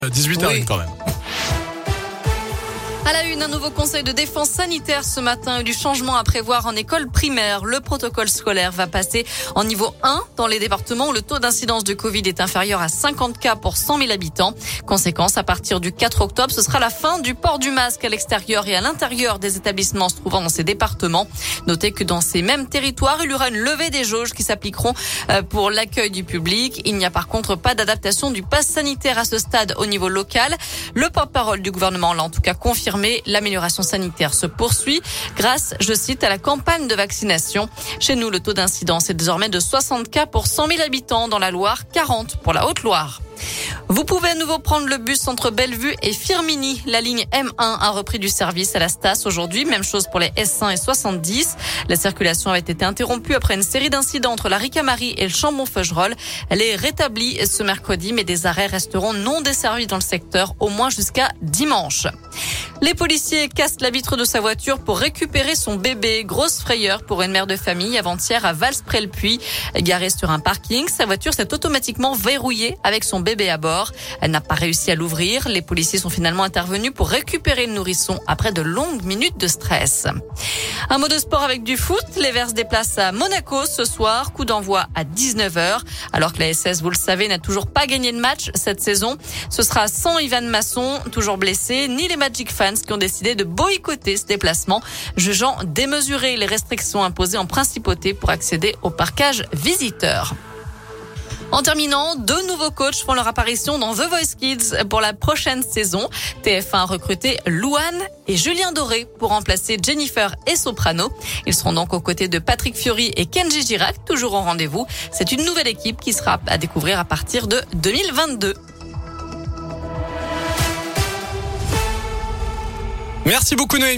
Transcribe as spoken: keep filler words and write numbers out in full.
dix-huit heures Oui. quand même. À la une, un nouveau conseil de défense sanitaire ce matin et du changement à prévoir en école primaire. Le protocole scolaire va passer en niveau un dans les départements où le taux d'incidence de Covid est inférieur à cinquante cas pour cent mille habitants. Conséquence, à partir du quatre octobre, ce sera la fin du port du masque à l'extérieur et à l'intérieur des établissements se trouvant dans ces départements. Notez que dans ces mêmes territoires, il y aura une levée des jauges qui s'appliqueront pour l'accueil du public. Il n'y a par contre pas d'adaptation du pass sanitaire à ce stade au niveau local. Le porte-parole du gouvernement l'a en tout cas confirmé. L'amélioration sanitaire se poursuit grâce, je cite, à la campagne de vaccination. Chez nous, le taux d'incidence est désormais de soixante cas pour cent mille habitants. Dans la Loire, quarante pour la Haute-Loire. Vous pouvez à nouveau prendre le bus entre Bellevue et Firminy. La ligne M un a repris du service à la Stas aujourd'hui. Même chose pour les S un et soixante-dix. La circulation avait été interrompue après une série d'incidents entre la Ricamarie et le Chambon-Feugerolles. Elle est rétablie ce mercredi, mais des arrêts resteront non desservis dans le secteur au moins jusqu'à dimanche. Les policiers cassent la vitre de sa voiture pour récupérer son bébé. Grosse frayeur pour une mère de famille avant-hier à Vals-près-le-Puy. Garée sur un parking, sa voiture s'est automatiquement verrouillée avec son bébé à bord. Elle n'a pas réussi à l'ouvrir. Les policiers sont finalement intervenus pour récupérer le nourrisson après de longues minutes de stress. Un mot de sport avec du foot. Les Verts se déplacent à Monaco ce soir. Coup d'envoi à dix-neuf heures. Alors que la S S, vous le savez, n'a toujours pas gagné de match cette saison. Ce sera sans Ivan Masson, toujours blessé, ni les Magic Fans qui ont décidé de boycotter ce déplacement, jugeant démesuré les restrictions imposées en principauté pour accéder au parquage visiteur. En terminant, deux nouveaux coachs font leur apparition dans The Voice Kids pour la prochaine saison. T F un a recruté Louane et Julien Doré pour remplacer Jennifer et Soprano. Ils seront donc aux côtés de Patrick Fiori et Kenji Girac, toujours au rendez-vous. C'est une nouvelle équipe qui sera à découvrir à partir de deux mille vingt-deux. Merci beaucoup Noémie.